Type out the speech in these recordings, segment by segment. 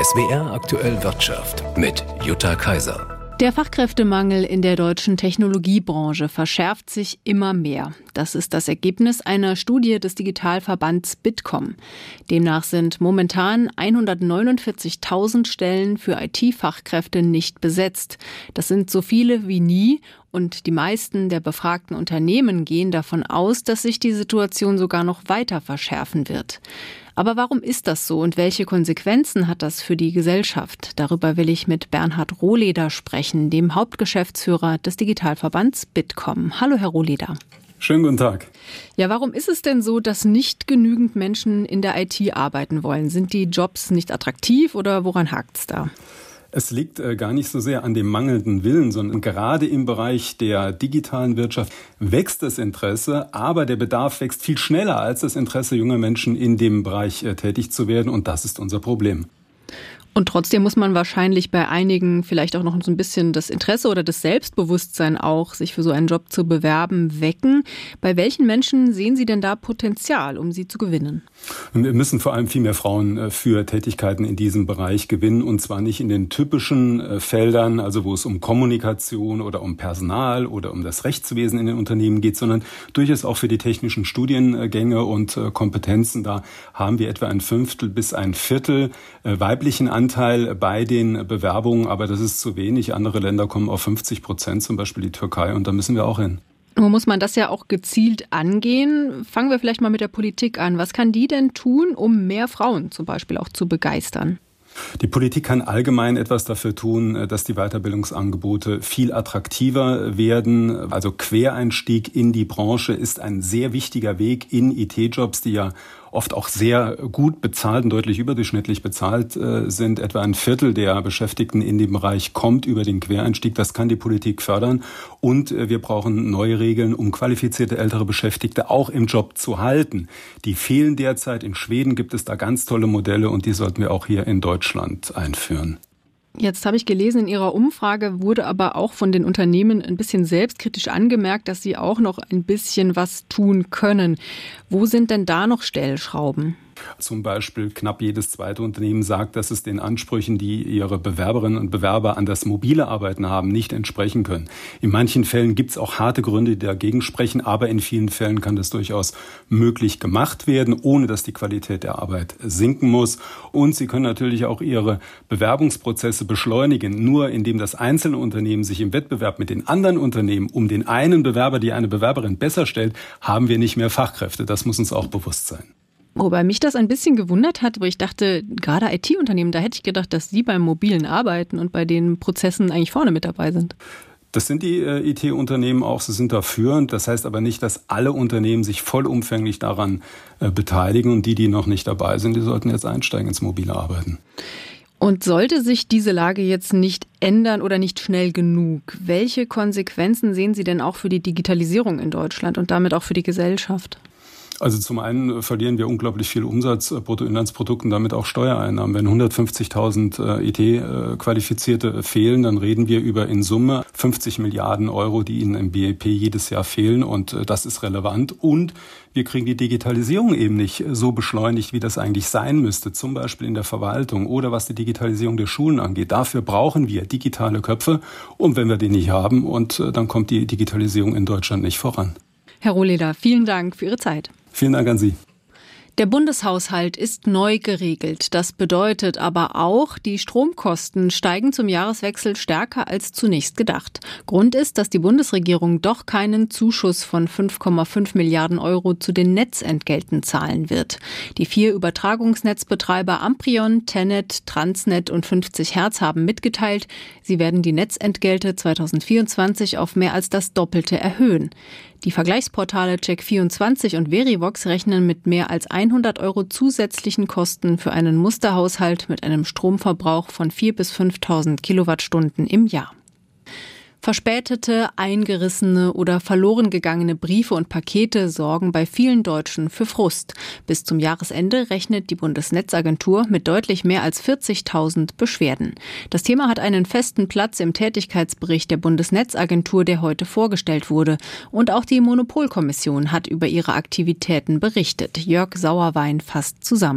SWR Aktuell Wirtschaft mit Jutta Kaiser. Der Fachkräftemangel in der deutschen Technologiebranche verschärft sich immer mehr. Das ist das Ergebnis einer Studie des Digitalverbands Bitkom. Demnach sind momentan 149.000 Stellen für IT-Fachkräfte nicht besetzt. Das sind so viele wie nie und die meisten der befragten Unternehmen gehen davon aus, dass sich die Situation sogar noch weiter verschärfen wird. Aber warum ist das so und welche Konsequenzen hat das für die Gesellschaft? Darüber will ich mit Bernhard Rohleder sprechen, dem Hauptgeschäftsführer des Digitalverbands Bitkom. Hallo, Herr Rohleder. Schönen guten Tag. Ja, warum ist es denn so, dass nicht genügend Menschen in der IT arbeiten wollen? Sind die Jobs nicht attraktiv oder woran hakt's da? Es liegt gar nicht so sehr an dem mangelnden Willen, sondern gerade im Bereich der digitalen Wirtschaft wächst das Interesse, aber der Bedarf wächst viel schneller als das Interesse junger Menschen in dem Bereich tätig zu werden und das ist unser Problem. Und trotzdem muss man wahrscheinlich bei einigen vielleicht auch noch so ein bisschen das Interesse oder das Selbstbewusstsein auch, sich für so einen Job zu bewerben, wecken. Bei welchen Menschen sehen Sie denn da Potenzial, um sie zu gewinnen? Wir müssen vor allem viel mehr Frauen für Tätigkeiten in diesem Bereich gewinnen und zwar nicht in den typischen Feldern, also wo es um Kommunikation oder um Personal oder um das Rechtswesen in den Unternehmen geht, sondern durchaus auch für die technischen Studiengänge und Kompetenzen. Da haben wir etwa 1/5 bis 1/4 weiblichen Anteil bei den Bewerbungen, aber das ist zu wenig. Andere Länder kommen auf 50%, zum Beispiel die Türkei, und da müssen wir auch hin. Nun muss man das ja auch gezielt angehen. Fangen wir vielleicht mal mit der Politik an. Was kann die denn tun, um mehr Frauen zum Beispiel auch zu begeistern? Die Politik kann allgemein etwas dafür tun, dass die Weiterbildungsangebote viel attraktiver werden. Also Quereinstieg in die Branche ist ein sehr wichtiger Weg in IT-Jobs, die ja oft auch sehr gut bezahlt und deutlich überdurchschnittlich bezahlt sind. Etwa 1/4 der Beschäftigten in dem Bereich kommt über den Quereinstieg. Das kann die Politik fördern. Und wir brauchen neue Regeln, um qualifizierte ältere Beschäftigte auch im Job zu halten. Die fehlen derzeit. In Schweden gibt es da ganz tolle Modelle und die sollten wir auch hier in Deutschland einführen. Jetzt habe ich gelesen, in Ihrer Umfrage wurde aber auch von den Unternehmen ein bisschen selbstkritisch angemerkt, dass sie auch noch ein bisschen was tun können. Wo sind denn da noch Stellschrauben? Zum Beispiel knapp jedes zweite Unternehmen sagt, dass es den Ansprüchen, die ihre Bewerberinnen und Bewerber an das mobile Arbeiten haben, nicht entsprechen können. In manchen Fällen gibt es auch harte Gründe, die dagegen sprechen, aber in vielen Fällen kann das durchaus möglich gemacht werden, ohne dass die Qualität der Arbeit sinken muss. Und sie können natürlich auch ihre Bewerbungsprozesse beschleunigen. Nur indem das einzelne Unternehmen sich im Wettbewerb mit den anderen Unternehmen um den einen Bewerber, die eine Bewerberin besser stellt, haben wir nicht mehr Fachkräfte. Das muss uns auch bewusst sein. Wobei mich das ein bisschen gewundert hat, wo ich dachte, gerade IT-Unternehmen, da hätte ich gedacht, dass die beim mobilen Arbeiten und bei den Prozessen eigentlich vorne mit dabei sind. Das sind die IT-Unternehmen auch, sie sind da führend. Das heißt aber nicht, dass alle Unternehmen sich vollumfänglich daran beteiligen und die noch nicht dabei sind, die sollten jetzt einsteigen ins mobile Arbeiten. Und sollte sich diese Lage jetzt nicht ändern oder nicht schnell genug, welche Konsequenzen sehen Sie denn auch für die Digitalisierung in Deutschland und damit auch für die Gesellschaft? Also zum einen verlieren wir unglaublich viel Umsatz, Bruttoinlandsprodukt und damit auch Steuereinnahmen. Wenn 150.000 IT-Qualifizierte fehlen, dann reden wir über in Summe 50 Milliarden Euro, die ihnen im BIP jedes Jahr fehlen und das ist relevant. Und wir kriegen die Digitalisierung eben nicht so beschleunigt, wie das eigentlich sein müsste, zum Beispiel in der Verwaltung oder was die Digitalisierung der Schulen angeht. Dafür brauchen wir digitale Köpfe und wenn wir die nicht haben, und dann kommt die Digitalisierung in Deutschland nicht voran. Herr Rohleder, vielen Dank für Ihre Zeit. Vielen Dank an Sie. Der Bundeshaushalt ist neu geregelt. Das bedeutet aber auch, die Stromkosten steigen zum Jahreswechsel stärker als zunächst gedacht. Grund ist, dass die Bundesregierung doch keinen Zuschuss von 5,5 Milliarden Euro zu den Netzentgelten zahlen wird. Die 4 Übertragungsnetzbetreiber Amprion, Tenet, Transnet und 50 Hertz haben mitgeteilt, sie werden die Netzentgelte 2024 auf mehr als das Doppelte erhöhen. Die Vergleichsportale Check24 und Verivox rechnen mit mehr als 100 Euro zusätzlichen Kosten für einen Musterhaushalt mit einem Stromverbrauch von 4.000 bis 5.000 Kilowattstunden im Jahr. Verspätete, eingerissene oder verloren gegangene Briefe und Pakete sorgen bei vielen Deutschen für Frust. Bis zum Jahresende rechnet die Bundesnetzagentur mit deutlich mehr als 40.000 Beschwerden. Das Thema hat einen festen Platz im Tätigkeitsbericht der Bundesnetzagentur, der heute vorgestellt wurde. Und auch die Monopolkommission hat über ihre Aktivitäten berichtet. Jörg Sauerwein fasst zusammen.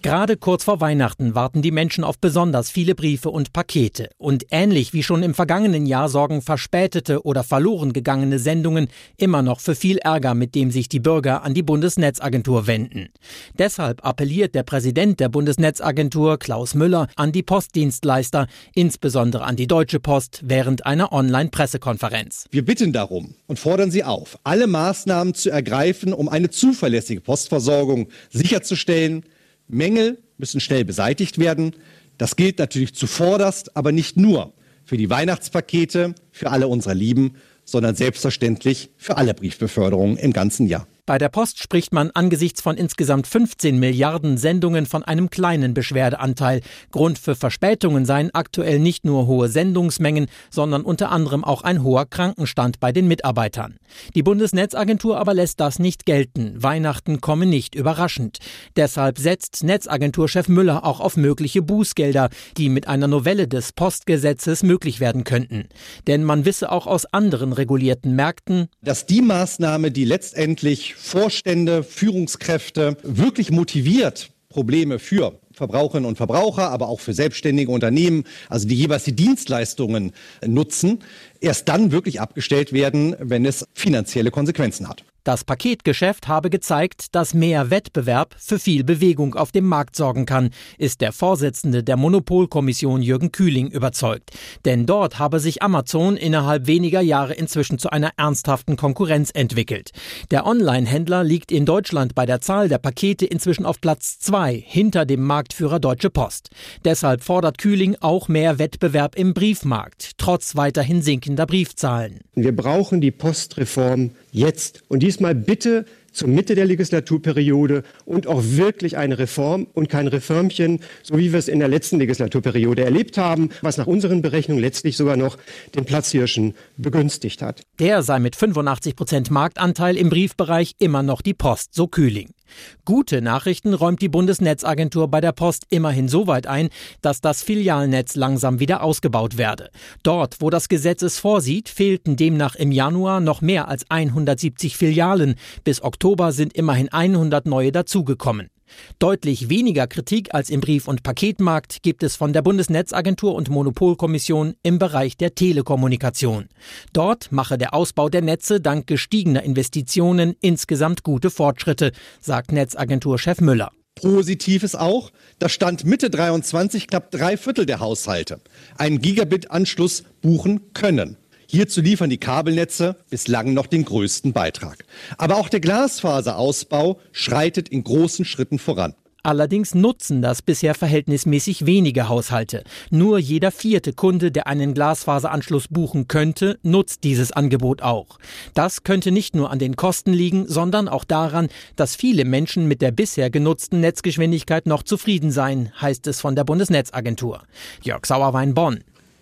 Gerade kurz vor Weihnachten warten die Menschen auf besonders viele Briefe und Pakete. Und ähnlich wie schon im vergangenen Jahr sorgen verspätete oder verloren gegangene Sendungen immer noch für viel Ärger, mit dem sich die Bürger an die Bundesnetzagentur wenden. Deshalb appelliert der Präsident der Bundesnetzagentur, Klaus Müller, an die Postdienstleister, insbesondere an die Deutsche Post, während einer Online-Pressekonferenz. Wir bitten darum und fordern Sie auf, alle Maßnahmen zu ergreifen, um eine zuverlässige Postversorgung sicherzustellen. Mängel müssen schnell beseitigt werden. Das gilt natürlich zuvorderst, aber nicht nur für die Weihnachtspakete, für alle unsere Lieben, sondern selbstverständlich für alle Briefbeförderungen im ganzen Jahr. Bei der Post spricht man angesichts von insgesamt 15 Milliarden Sendungen von einem kleinen Beschwerdeanteil. Grund für Verspätungen seien aktuell nicht nur hohe Sendungsmengen, sondern unter anderem auch ein hoher Krankenstand bei den Mitarbeitern. Die Bundesnetzagentur aber lässt das nicht gelten. Weihnachten komme nicht überraschend. Deshalb setzt Netzagenturchef Müller auch auf mögliche Bußgelder, die mit einer Novelle des Postgesetzes möglich werden könnten. Denn man wisse auch aus anderen regulierten Märkten, dass die Maßnahme, die letztendlich Vorstände, Führungskräfte wirklich motiviert, Probleme für Verbraucherinnen und Verbraucher, aber auch für selbstständige Unternehmen, also die jeweils die Dienstleistungen nutzen, erst dann wirklich abgestellt werden, wenn es finanzielle Konsequenzen hat. Das Paketgeschäft habe gezeigt, dass mehr Wettbewerb für viel Bewegung auf dem Markt sorgen kann, ist der Vorsitzende der Monopolkommission Jürgen Kühling überzeugt. Denn dort habe sich Amazon innerhalb weniger Jahre inzwischen zu einer ernsthaften Konkurrenz entwickelt. Der Online-Händler liegt in Deutschland bei der Zahl der Pakete inzwischen auf Platz 2 hinter dem Marktführer Deutsche Post. Deshalb fordert Kühling auch mehr Wettbewerb im Briefmarkt, trotz weiterhin sinkender Briefzahlen. Wir brauchen die Postreform jetzt und diesmal bitte zur Mitte der Legislaturperiode und auch wirklich eine Reform und kein Reformchen, so wie wir es in der letzten Legislaturperiode erlebt haben, was nach unseren Berechnungen letztlich sogar noch den Platzhirschen begünstigt hat. Der sei mit 85% Marktanteil im Briefbereich immer noch die Post, so Kühling. Gute Nachrichten räumt die Bundesnetzagentur bei der Post immerhin so weit ein, dass das Filialnetz langsam wieder ausgebaut werde. Dort, wo das Gesetz es vorsieht, fehlten demnach im Januar noch mehr als 170 Filialen. Bis Oktober sind immerhin 100 neue dazugekommen. Deutlich weniger Kritik als im Brief- und Paketmarkt gibt es von der Bundesnetzagentur und Monopolkommission im Bereich der Telekommunikation. Dort mache der Ausbau der Netze dank gestiegener Investitionen insgesamt gute Fortschritte, sagt Netzagenturchef Müller. Positiv ist auch, dass Stand Mitte 23 knapp 3/4 der Haushalte einen Gigabit-Anschluss buchen können. Hierzu liefern die Kabelnetze bislang noch den größten Beitrag. Aber auch der Glasfaserausbau schreitet in großen Schritten voran. Allerdings nutzen das bisher verhältnismäßig wenige Haushalte. Nur jeder 4. Kunde, der einen Glasfaseranschluss buchen könnte, nutzt dieses Angebot auch. Das könnte nicht nur an den Kosten liegen, sondern auch daran, dass viele Menschen mit der bisher genutzten Netzgeschwindigkeit noch zufrieden seien, heißt es von der Bundesnetzagentur. Jörg Sauerwein, Bonn.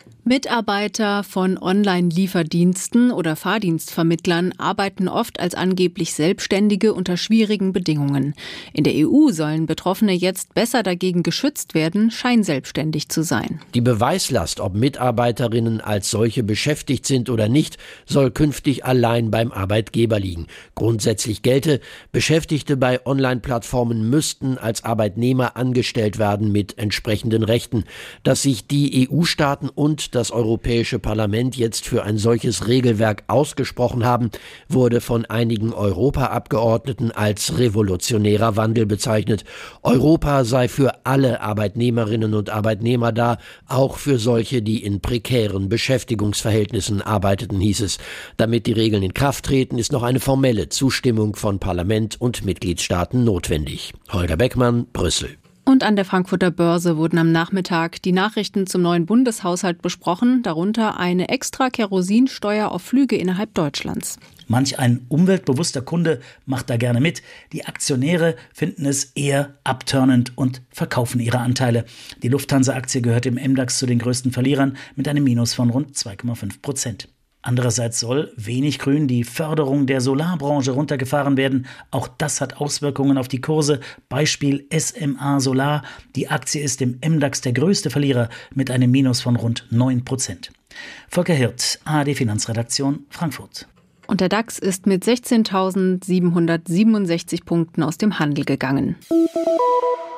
Mitarbeiter von Online-Lieferdiensten oder Fahrdienstvermittlern arbeiten oft als angeblich Selbstständige unter schwierigen Bedingungen. In der EU sollen Betroffene jetzt besser dagegen geschützt werden, scheinselbstständig zu sein. Die Beweislast, ob Mitarbeiterinnen als solche beschäftigt sind oder nicht, soll künftig allein beim Arbeitgeber liegen. Grundsätzlich gelte, Beschäftigte bei Online-Plattformen müssten als Arbeitnehmer angestellt werden mit entsprechenden Rechten. Dass sich die EU-Staaten und das Europäische Parlament jetzt für ein solches Regelwerk ausgesprochen haben, wurde von einigen Europaabgeordneten als revolutionärer Wandel bezeichnet. Europa sei für alle Arbeitnehmerinnen und Arbeitnehmer da, auch für solche, die in prekären Beschäftigungsverhältnissen arbeiteten, hieß es. Damit die Regeln in Kraft treten, ist noch eine formelle Zustimmung von Parlament und Mitgliedstaaten notwendig. Holger Beckmann, Brüssel. Und an der Frankfurter Börse wurden am Nachmittag die Nachrichten zum neuen Bundeshaushalt besprochen, darunter eine extra Kerosinsteuer auf Flüge innerhalb Deutschlands. Manch ein umweltbewusster Kunde macht da gerne mit. Die Aktionäre finden es eher abturnend und verkaufen ihre Anteile. Die Lufthansa-Aktie gehört im MDAX zu den größten Verlierern mit einem Minus von rund 2,5%. Andererseits soll, wenig grün, die Förderung der Solarbranche runtergefahren werden. Auch das hat Auswirkungen auf die Kurse. Beispiel SMA Solar. Die Aktie ist im MDAX der größte Verlierer mit einem Minus von rund 9%. Volker Hirt, ARD Finanzredaktion, Frankfurt. Und der DAX ist mit 16.767 Punkten aus dem Handel gegangen.